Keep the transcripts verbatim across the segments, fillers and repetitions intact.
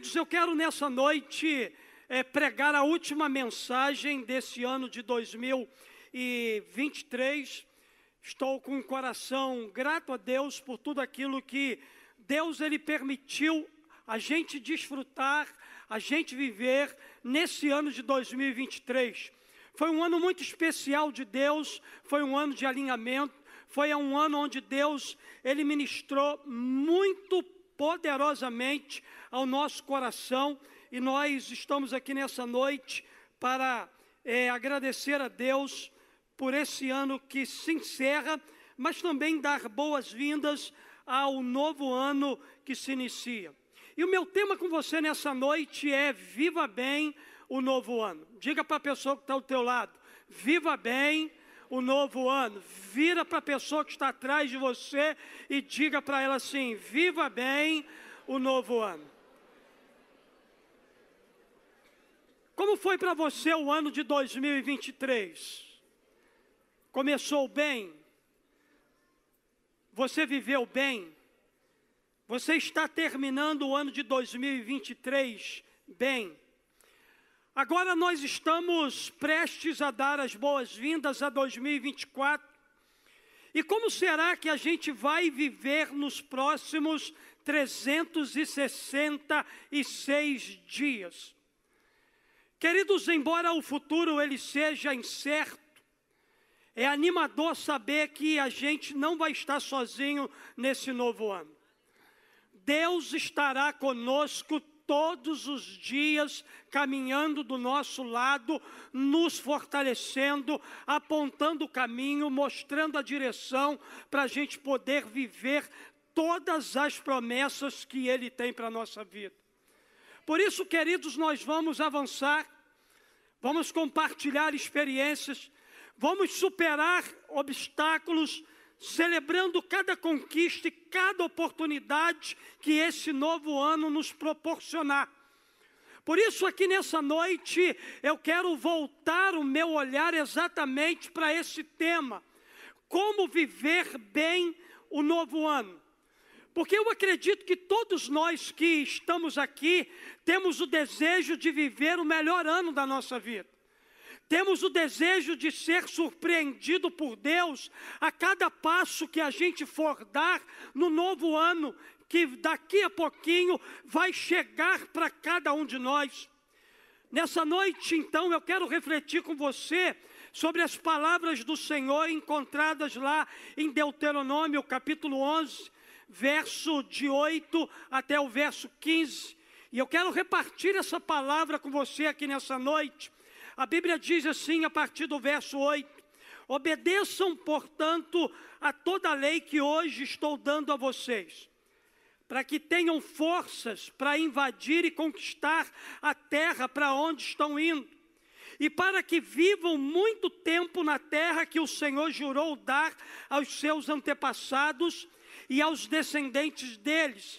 Queridos, eu quero nessa noite é, pregar a última mensagem desse ano de dois mil e vinte e três. Estou com o coração grato a Deus por tudo aquilo que Deus ele permitiu a gente desfrutar, a gente viver nesse ano de dois mil e vinte e três. Foi um ano muito especial de Deus, foi um ano de alinhamento, foi um ano onde Deus ele ministrou muito poderosamente ao nosso coração, e nós estamos aqui nessa noite para é, agradecer a Deus por esse ano que se encerra, mas também dar boas-vindas ao novo ano que se inicia. E o meu tema com você nessa noite é Viva Bem o Novo Ano. Diga para a pessoa que está ao teu lado, viva bem o novo ano. Vira para a pessoa que está atrás de você e diga para ela assim, viva bem o novo ano. Como foi para você o ano de dois mil e vinte e três? Começou bem? Você viveu bem? Você está terminando o ano de dois mil e vinte e três bem? Agora nós estamos prestes a dar as boas-vindas a dois mil e vinte e quatro. E como será que a gente vai viver nos próximos trezentos e sessenta e seis dias? Queridos, embora o futuro ele seja incerto, é animador saber que a gente não vai estar sozinho nesse novo ano. Deus estará conosco todos os dias, caminhando do nosso lado, nos fortalecendo, apontando o caminho, mostrando a direção para a gente poder viver todas as promessas que Ele tem para a nossa vida. Por isso, queridos, nós vamos avançar, vamos compartilhar experiências, vamos superar obstáculos, celebrando cada conquista e cada oportunidade que esse novo ano nos proporcionar. Por isso aqui nessa noite eu quero voltar o meu olhar exatamente para esse tema, como viver bem o novo ano. Porque eu acredito que todos nós que estamos aqui temos o desejo de viver o melhor ano da nossa vida. Temos o desejo de ser surpreendido por Deus a cada passo que a gente for dar no novo ano, que daqui a pouquinho vai chegar para cada um de nós. Nessa noite, então, eu quero refletir com você sobre as palavras do Senhor encontradas lá em Deuteronômio, capítulo onze, verso de oito até o verso quinze. E eu quero repartir essa palavra com você aqui nessa noite. A Bíblia diz assim, a partir do verso oito, obedeçam, portanto, a toda a lei que hoje estou dando a vocês, para que tenham forças para invadir e conquistar a terra para onde estão indo, e para que vivam muito tempo na terra que o Senhor jurou dar aos seus antepassados e aos descendentes deles,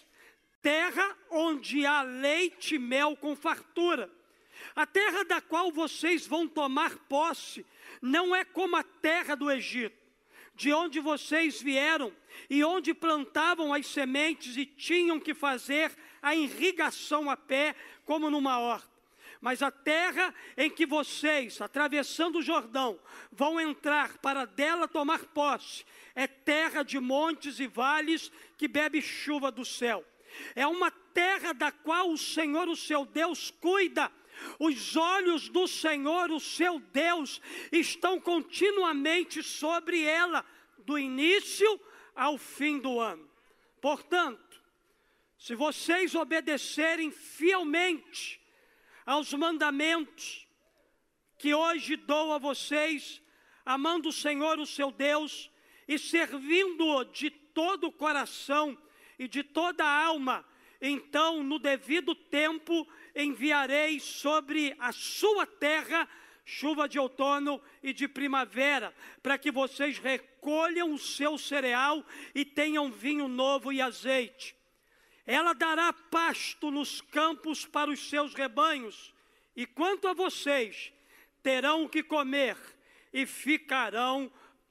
terra onde há leite e mel com fartura. A terra da qual vocês vão tomar posse não é como a terra do Egito, de onde vocês vieram e onde plantavam as sementes e tinham que fazer a irrigação a pé, como numa horta. Mas a terra em que vocês, atravessando o Jordão, vão entrar para dela tomar posse, é terra de montes e vales que bebe chuva do céu. É uma terra da qual o Senhor, o seu Deus, cuida. Os olhos do Senhor, o seu Deus, estão continuamente sobre ela, do início ao fim do ano. Portanto, se vocês obedecerem fielmente aos mandamentos que hoje dou a vocês, amando o Senhor, o seu Deus, e servindo-o de todo o coração e de toda a alma, então, no devido tempo, enviarei sobre a sua terra chuva de outono e de primavera, para que vocês recolham o seu cereal e tenham vinho novo e azeite. Ela dará pasto nos campos para os seus rebanhos, e quanto a vocês, terão o que comer e ficarão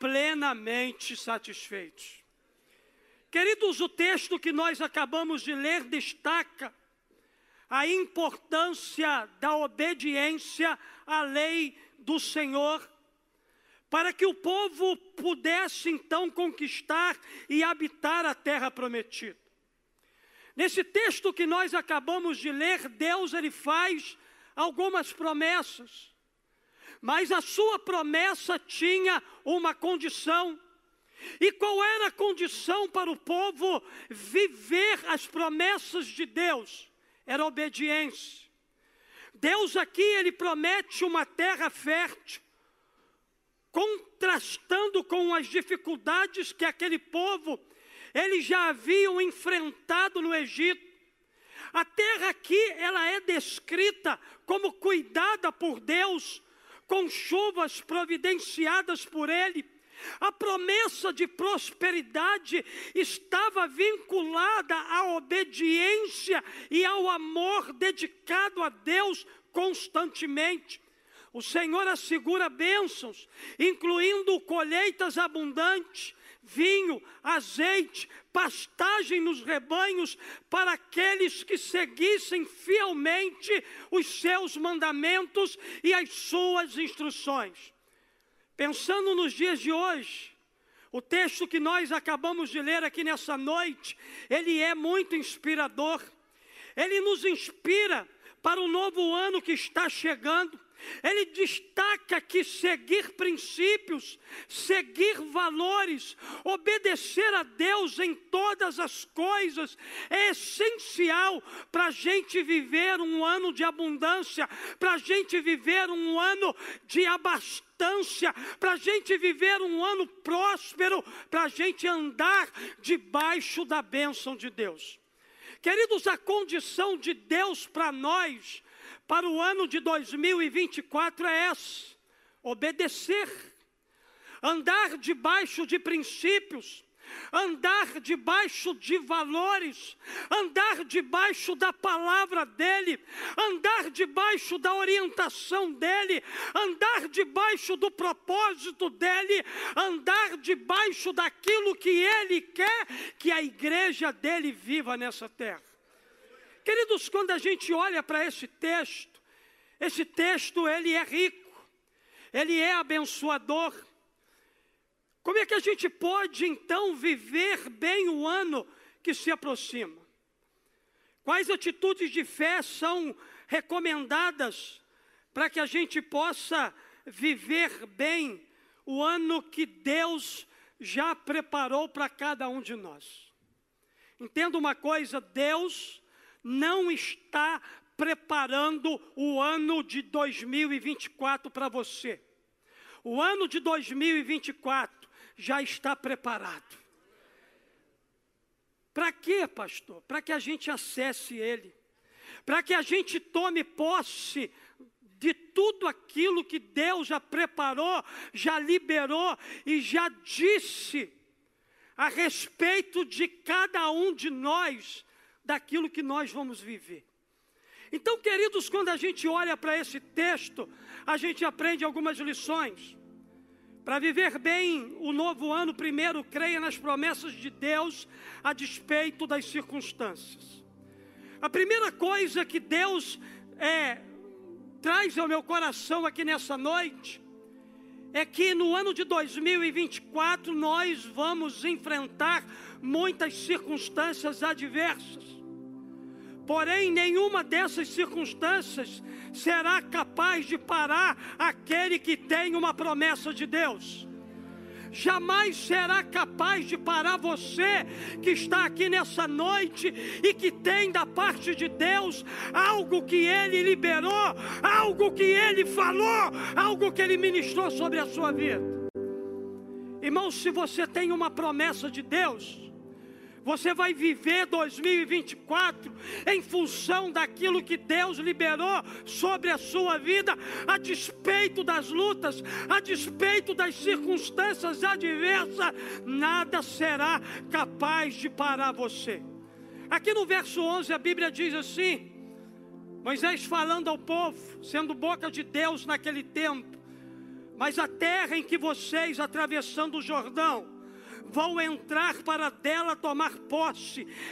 plenamente satisfeitos. Queridos, o texto que nós acabamos de ler destaca a importância da obediência à lei do Senhor, para que o povo pudesse então conquistar e habitar a terra prometida. Nesse texto que nós acabamos de ler, Deus ele faz algumas promessas, mas a sua promessa tinha uma condição. E qual era a condição para o povo viver as promessas de Deus? Era obediência. Deus aqui ele promete uma terra fértil, contrastando com as dificuldades que aquele povo, eles já haviam enfrentado no Egito. A terra aqui, ela é descrita como cuidada por Deus, com chuvas providenciadas por Ele. A promessa de prosperidade estava vinculada à obediência e ao amor dedicado a Deus constantemente. O Senhor assegura bênçãos, incluindo colheitas abundantes, vinho, azeite, pastagem nos rebanhos, para aqueles que seguissem fielmente os seus mandamentos e as suas instruções. Pensando nos dias de hoje, o texto que nós acabamos de ler aqui nessa noite, ele é muito inspirador. Ele nos inspira para o novo ano que está chegando. Ele destaca que seguir princípios, seguir valores, obedecer a Deus em todas as coisas é essencial para a gente viver um ano de abundância, para a gente viver um ano de abastância, para a gente viver um ano próspero, para a gente andar debaixo da bênção de Deus. Queridos, a condição de Deus para nós, para o ano de dois mil e vinte e quatro é essa: obedecer, andar debaixo de princípios, andar debaixo de valores, andar debaixo da palavra dEle, andar debaixo da orientação dEle, andar debaixo do propósito dEle, andar debaixo daquilo que Ele quer que a igreja dEle viva nessa terra. Queridos, quando a gente olha para esse texto, esse texto ele é rico, ele é abençoador. Como é que a gente pode então viver bem o ano que se aproxima? Quais atitudes de fé são recomendadas para que a gente possa viver bem o ano que Deus já preparou para cada um de nós? Entenda uma coisa: Deus não está preparando o ano de dois mil e vinte e quatro para você. O ano de dois mil e vinte e quatro já está preparado. Para quê, pastor? Para que a gente acesse ele, para que a gente tome posse de tudo aquilo que Deus já preparou, já liberou e já disse a respeito de cada um de nós, daquilo que nós vamos viver. Então, queridos, quando a gente olha para esse texto, a gente aprende algumas lições. Para viver bem o novo ano, primeiro, creia nas promessas de Deus a despeito das circunstâncias. A primeira coisa que Deus é, traz ao meu coração aqui nessa noite é que no ano de dois mil e vinte e quatro nós vamos enfrentar muitas circunstâncias adversas. Porém, nenhuma dessas circunstâncias será capaz de parar aquele que tem uma promessa de Deus. Jamais será capaz de parar você que está aqui nessa noite e que tem da parte de Deus algo que Ele liberou, algo que Ele falou, algo que Ele ministrou sobre a sua vida. Irmão, se você tem uma promessa de Deus, você vai viver dois mil e vinte e quatro em função daquilo que Deus liberou sobre a sua vida, a despeito das lutas, a despeito das circunstâncias adversas, nada será capaz de parar você. Aqui no verso onze a Bíblia diz assim, Moisés falando ao povo, sendo boca de Deus naquele tempo: mas a terra em que vocês, atravessando o Jordão, vão entrar para dela tomar posse, é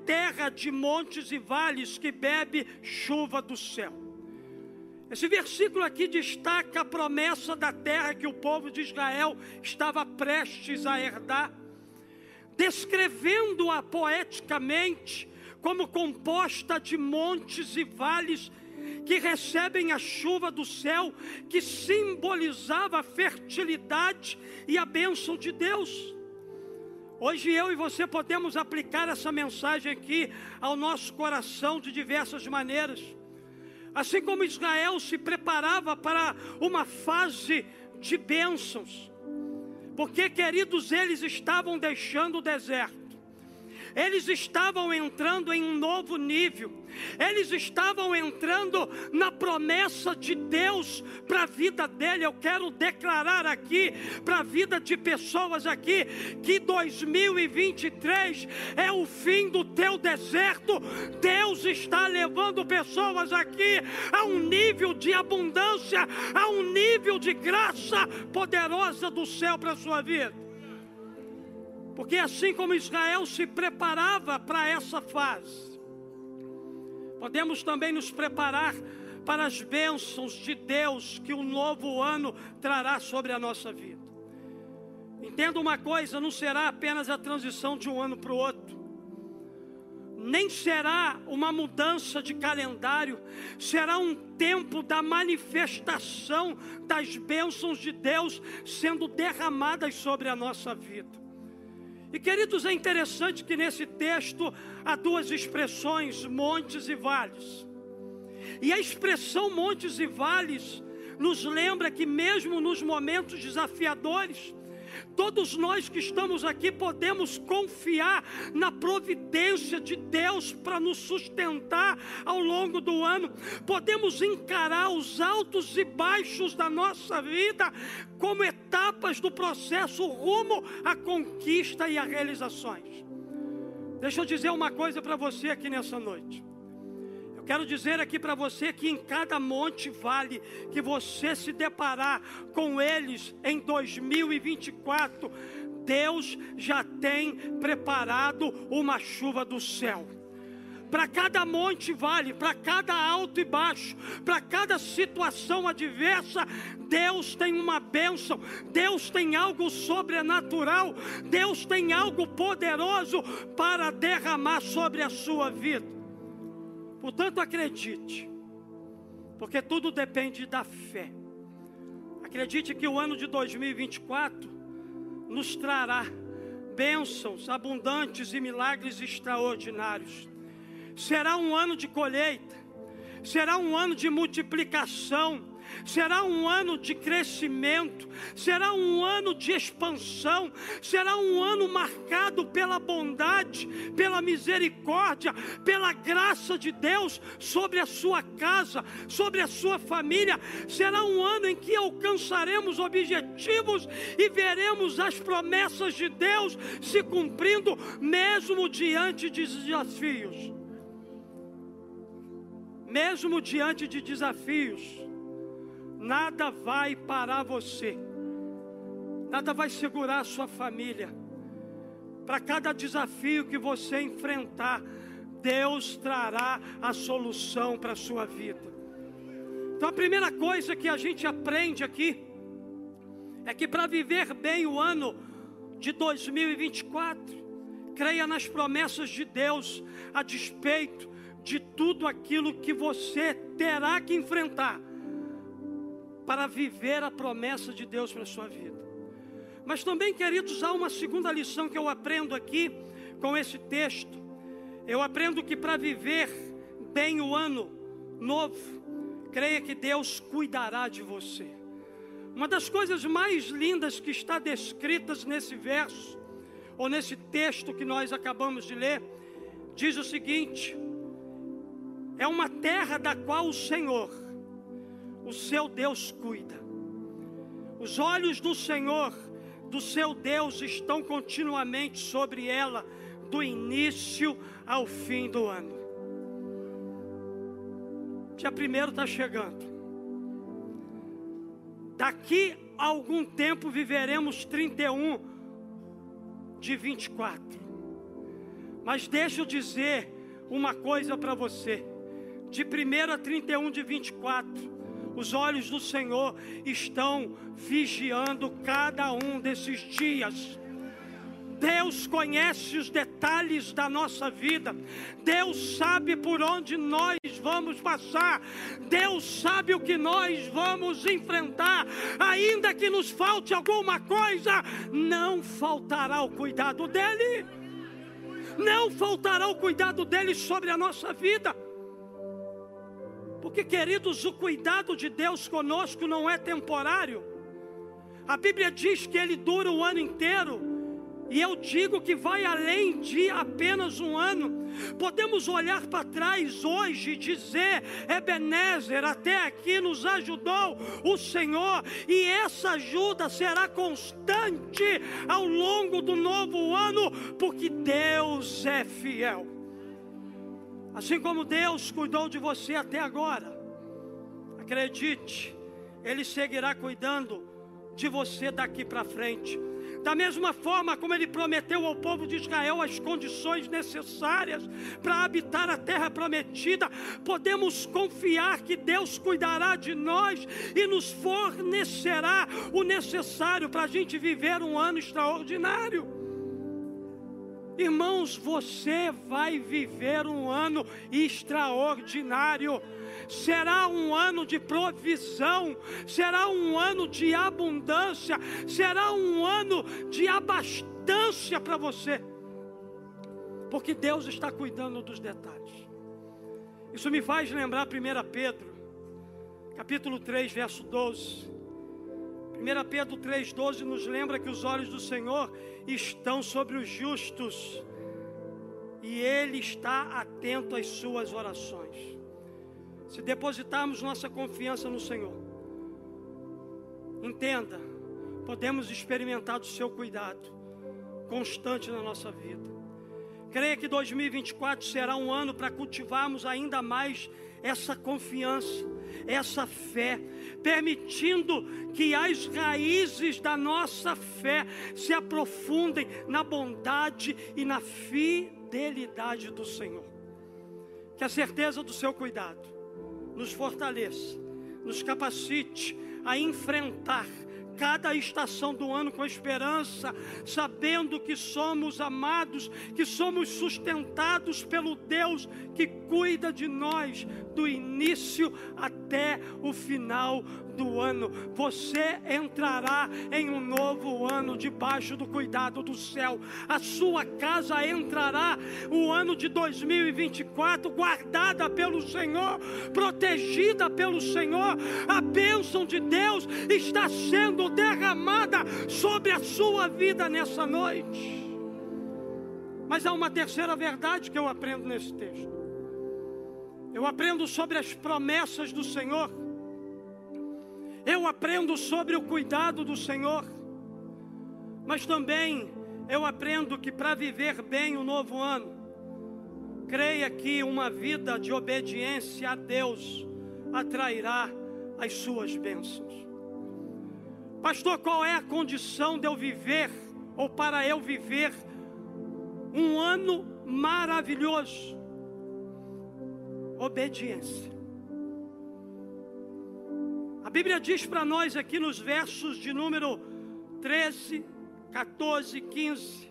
terra de montes e vales que bebe chuva do céu. Esse versículo aqui destaca a promessa da terra que o povo de Israel estava prestes a herdar, descrevendo-a poeticamente como composta de montes e vales que recebem a chuva do céu, que simbolizava a fertilidade e a bênção de Deus. Hoje eu e você podemos aplicar essa mensagem aqui ao nosso coração de diversas maneiras. Assim como Israel se preparava para uma fase de bênçãos, porque, queridos, eles estavam deixando o deserto. Eles estavam entrando em um novo nível. Eles estavam entrando na promessa de Deus para a vida dele. Eu quero declarar aqui para a vida de pessoas aqui que dois mil e vinte e três é o fim do teu deserto. Deus está levando pessoas aqui a um nível de abundância, a um nível de graça poderosa do céu para a sua vida. Porque assim como Israel se preparava para essa fase, podemos também nos preparar para as bênçãos de Deus que o novo ano trará sobre a nossa vida. Entenda uma coisa, não será apenas a transição de um ano para o outro, nem será uma mudança de calendário, será um tempo da manifestação das bênçãos de Deus sendo derramadas sobre a nossa vida. E, queridos, é interessante que nesse texto há duas expressões, montes e vales. E a expressão montes e vales nos lembra que mesmo nos momentos desafiadores, todos nós que estamos aqui podemos confiar na providência de Deus para nos sustentar ao longo do ano. Podemos encarar os altos e baixos da nossa vida como etapas do processo rumo à conquista e a realizações. Deixa eu dizer uma coisa para você aqui nessa noite. Quero dizer aqui para você que em cada monte vale que você se deparar com eles em dois mil e vinte e quatro, Deus já tem preparado uma chuva do céu. Para cada monte vale, para cada alto e baixo, para cada situação adversa, Deus tem uma bênção, Deus tem algo sobrenatural, Deus tem algo poderoso para derramar sobre a sua vida. Portanto, acredite, porque tudo depende da fé. Acredite que o ano de dois mil e vinte e quatro nos trará bênçãos abundantes e milagres extraordinários. Será um ano de colheita, será um ano de multiplicação, será um ano de crescimento, será um ano de expansão, será um ano marcado pela bondade, pela misericórdia, pela graça de Deus sobre a sua casa, sobre a sua família. Será um ano em que alcançaremos objetivos e veremos as promessas de Deus se cumprindo, mesmo diante de desafios. Mesmo diante de desafios, nada vai parar você, nada vai segurar a sua família. Para cada desafio que você enfrentar, Deus trará a solução para a sua vida. Então a primeira coisa que a gente aprende aqui é que para viver bem o ano de dois mil e vinte e quatro, creia nas promessas de Deus, a despeito de tudo aquilo que você terá que enfrentar para viver a promessa de Deus para a sua vida. Mas também, queridos, há uma segunda lição que eu aprendo aqui com esse texto. Eu aprendo que para viver bem o ano novo, creia que Deus cuidará de você. Uma das coisas mais lindas que está descritas nesse verso, ou nesse texto que nós acabamos de ler, diz o seguinte: é uma terra da qual o Senhor, o seu Deus, cuida. Os olhos do Senhor, do seu Deus, estão continuamente sobre ela, do início ao fim do ano. Dia primeiro está chegando. Daqui a algum tempo viveremos trinta e um de vinte e quatro. Mas deixa eu dizer uma coisa para você. De primeiro a trinta e um de vinte e quatro, os olhos do Senhor estão vigiando cada um desses dias. Deus conhece os detalhes da nossa vida. Deus sabe por onde nós vamos passar. Deus sabe o que nós vamos enfrentar. Ainda que nos falte alguma coisa, não faltará o cuidado dEle. Não faltará o cuidado dEle sobre a nossa vida. Porque, queridos, o cuidado de Deus conosco não é temporário. A Bíblia diz que Ele dura o ano inteiro. E eu digo que vai além de apenas um ano. Podemos olhar para trás hoje e dizer: Ebenezer, até aqui nos ajudou o Senhor, e essa ajuda será constante ao longo do novo ano, porque Deus é fiel. Assim como Deus cuidou de você até agora, acredite, Ele seguirá cuidando de você daqui para frente. Da mesma forma como Ele prometeu ao povo de Israel as condições necessárias para habitar a terra prometida, podemos confiar que Deus cuidará de nós e nos fornecerá o necessário para a gente viver um ano extraordinário. Irmãos, você vai viver um ano extraordinário. Será um ano de provisão, será um ano de abundância, será um ano de abastança para você, porque Deus está cuidando dos detalhes. Isso me faz lembrar primeira Pedro, capítulo três, verso doze. primeira Pedro três, doze nos lembra que os olhos do Senhor estão sobre os justos e Ele está atento às suas orações. Se depositarmos nossa confiança no Senhor, entenda, podemos experimentar do seu cuidado constante na nossa vida. Creia que dois mil e vinte e quatro será um ano para cultivarmos ainda mais essa confiança, essa fé, permitindo que as raízes da nossa fé se aprofundem na bondade e na fidelidade do Senhor. Que a certeza do seu cuidado nos fortaleça, nos capacite a enfrentar cada estação do ano com esperança, sabendo que somos amados, que somos sustentados pelo Deus que cuida de nós do início até o final do ano. Você entrará em um novo ano debaixo do cuidado do céu. A sua casa entrará o ano de dois mil e vinte e quatro guardada pelo Senhor, protegida pelo Senhor. A bênção de Deus está sendo derramada sobre a sua vida nessa noite. Mas há uma terceira verdade que eu aprendo nesse texto. Eu aprendo sobre as promessas do Senhor. Eu aprendo sobre o cuidado do Senhor. Mas também eu aprendo que para viver bem o novo ano, creia que uma vida de obediência a Deus atrairá as suas bênçãos. Pastor, qual é a condição de eu viver, ou para eu viver, um ano maravilhoso? Obediência. A Bíblia diz para nós aqui nos versos de número treze, quatorze, quinze.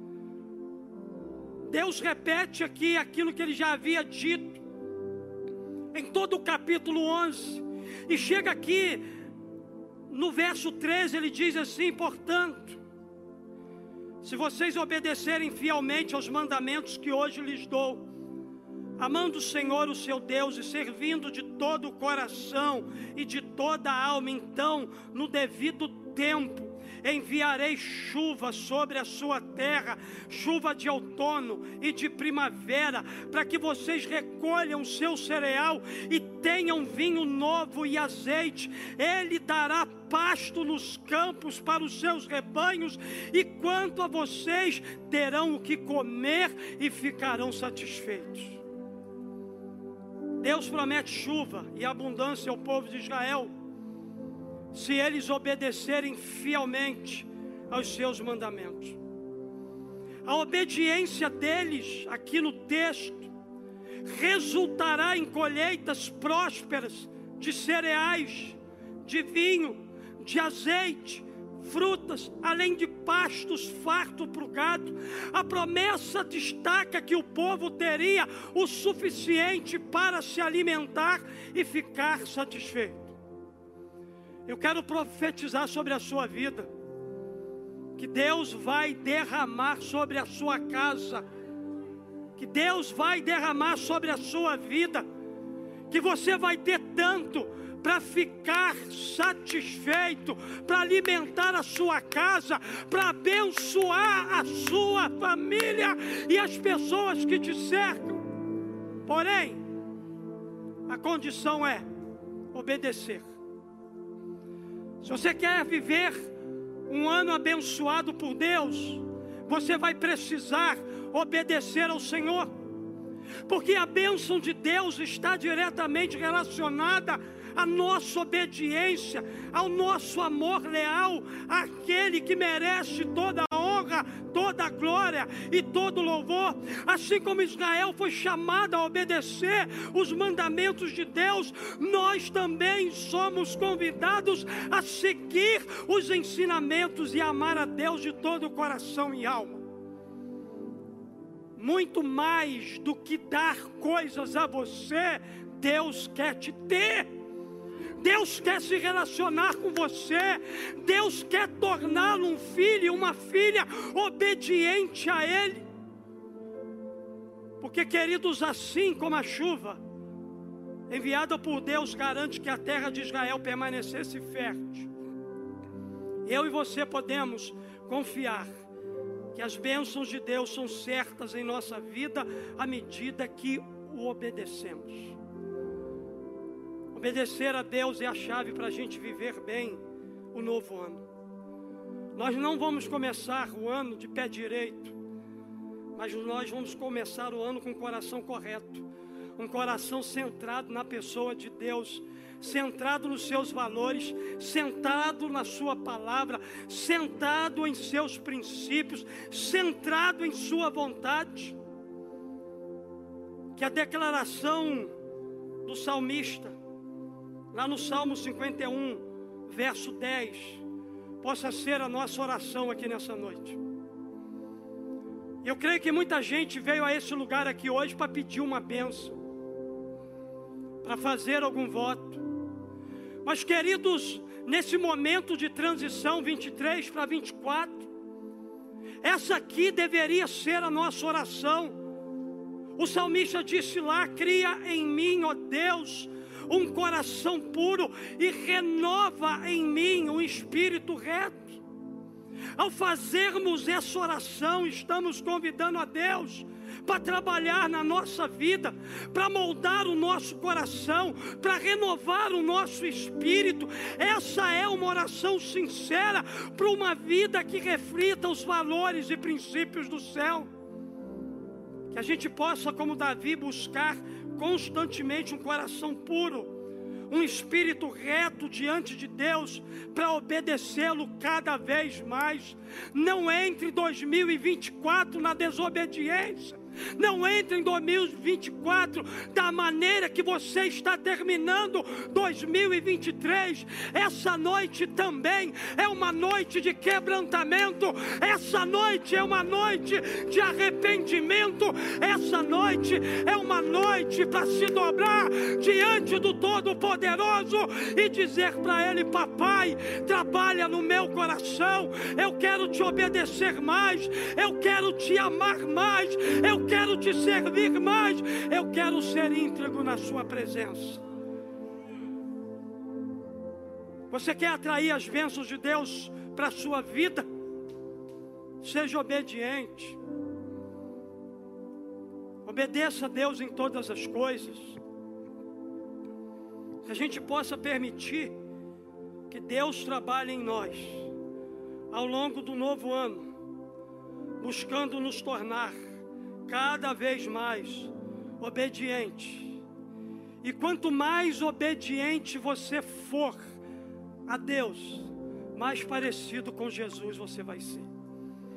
Deus repete aqui aquilo que Ele já havia dito em todo o capítulo onze. E chega aqui no verso treze, Ele diz assim: portanto, se vocês obedecerem fielmente aos mandamentos que hoje lhes dou, amando o Senhor, o seu Deus, e servindo de todo o coração e de toda a alma, então, no devido tempo, enviarei chuva sobre a sua terra, chuva de outono e de primavera, para que vocês recolham seu cereal e tenham vinho novo e azeite. Ele dará pasto nos campos para os seus rebanhos, e quanto a vocês, terão o que comer e ficarão satisfeitos. Deus promete chuva e abundância ao povo de Israel, se eles obedecerem fielmente aos seus mandamentos. A obediência deles, aqui no texto, resultará em colheitas prósperas de cereais, de vinho, de azeite, frutas, além de pastos fartos para o gado. A promessa destaca que o povo teria o suficiente para se alimentar e ficar satisfeito. Eu quero profetizar sobre a sua vida, que Deus vai derramar sobre a sua casa, que Deus vai derramar sobre a sua vida, que você vai ter tanto para ficar satisfeito, para alimentar a sua casa, para abençoar a sua família e as pessoas que te cercam. Porém, a condição é obedecer. Se você quer viver um ano abençoado por Deus, você vai precisar obedecer ao Senhor, porque a bênção de Deus está diretamente relacionada à nossa obediência, ao nosso amor leal àquele que merece toda a honra, toda a glória e todo o louvor. Assim como Israel foi chamado a obedecer os mandamentos de Deus, nós também somos convidados a seguir os ensinamentos e amar a Deus de todo o coração e alma. Muito mais do que dar coisas a você, Deus quer te ter. Deus quer se relacionar com você. Deus quer torná-lo um filho e uma filha obediente a Ele. Porque, queridos, assim como a chuva enviada por Deus garante que a terra de Israel permanecesse fértil, eu e você podemos confiar que as bênçãos de Deus são certas em nossa vida à medida que o obedecemos. Obedecer a Deus é a chave para a gente viver bem o novo ano. Nós não vamos começar o ano de pé direito, mas nós vamos começar o ano com o coração correto, um coração centrado na pessoa de Deus, centrado nos seus valores, centrado na sua palavra, centrado em seus princípios, centrado em sua vontade. Que a declaração do salmista, lá no Salmo cinquenta e um, verso dez, possa ser a nossa oração aqui nessa noite. Eu creio que muita gente veio a esse lugar aqui hoje para pedir uma bênção, para fazer algum voto. Mas, queridos, nesse momento de transição vinte e três para vinte e quatro, essa aqui deveria ser a nossa oração. O salmista disse lá: cria em mim, ó Deus, um coração puro e renova em mim um espírito reto. Ao fazermos essa oração, estamos convidando a Deus para trabalhar na nossa vida, para moldar o nosso coração, para renovar o nosso espírito. Essa é uma oração sincera para uma vida que reflita os valores e princípios do céu. Que a gente possa, como Davi, buscar constantemente um coração puro, um espírito reto diante de Deus, para obedecê-lo cada vez mais. Não entre em dois mil e vinte e quatro na desobediência. Não entre em dois mil e vinte e quatro da maneira que você está terminando dois mil e vinte e três. Essa noite também é uma noite de quebrantamento. Essa noite é uma noite de arrependimento. Essa noite é uma noite para se dobrar diante do Todo-Poderoso e dizer para Ele: papai, trabalha no meu coração. Eu quero te obedecer mais. Eu quero te amar mais. Eu quero te servir mais. Eu quero ser íntegro na sua presença. Você quer atrair as bênçãos de Deus para a sua vida? Seja obediente. Obedeça a Deus em todas as coisas. Que a gente possa permitir que Deus trabalhe em nós ao longo do novo ano, buscando nos tornar cada vez mais obediente. E quanto mais obediente você for a Deus, mais parecido com Jesus você vai ser.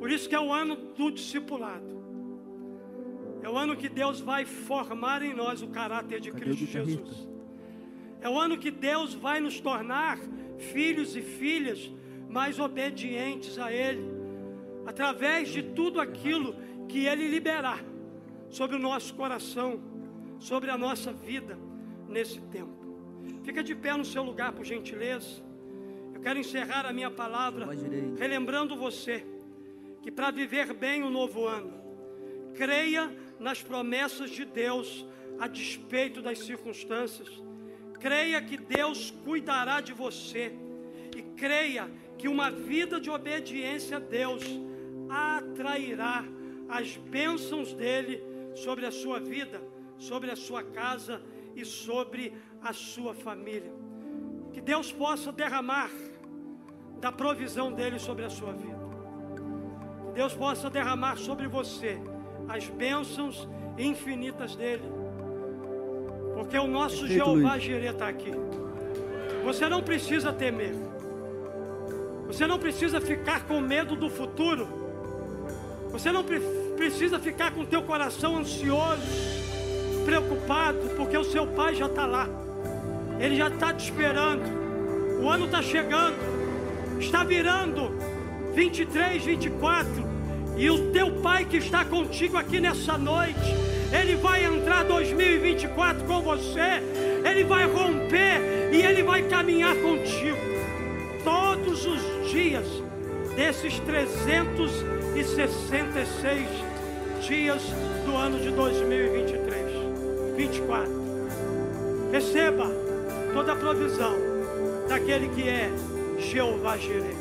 Por isso que é o ano do discipulado. É o ano que Deus vai formar em nós o caráter de Cadê Cristo o guitarrista? Jesus. É o ano que Deus vai nos tornar filhos e filhas mais obedientes a Ele, através de tudo aquilo que Ele liberar sobre o nosso coração, sobre a nossa vida nesse tempo. Fica de pé no seu lugar, por gentileza. Eu quero encerrar a minha palavra relembrando você que para viver bem o novo ano, creia nas promessas de Deus a despeito das circunstâncias. Creia que Deus cuidará de você e creia que uma vida de obediência a Deus atrairá as bênçãos dele sobre a sua vida, sobre a sua casa e sobre a sua família. Que Deus possa derramar da provisão dele sobre a sua vida. Que Deus possa derramar sobre você as bênçãos infinitas dele. Porque o nosso Perfeito, Jeová Luiz. Jireh está aqui. Você não precisa temer. Você não precisa ficar com medo do futuro. Você não pre precisa ficar com o teu coração ansioso, preocupado, porque o seu pai já está lá. Ele já está te esperando. O ano está chegando. Está virando vinte e três, vinte e quatro. E o teu pai que está contigo aqui nessa noite, ele vai entrar dois mil e vinte e quatro com você. Ele vai romper e ele vai caminhar contigo todos os dias desses trezentos e sessenta e seis dias do ano de dois mil e vinte e três, vinte e quatro. Receba toda a provisão daquele que é Jeová Jireh.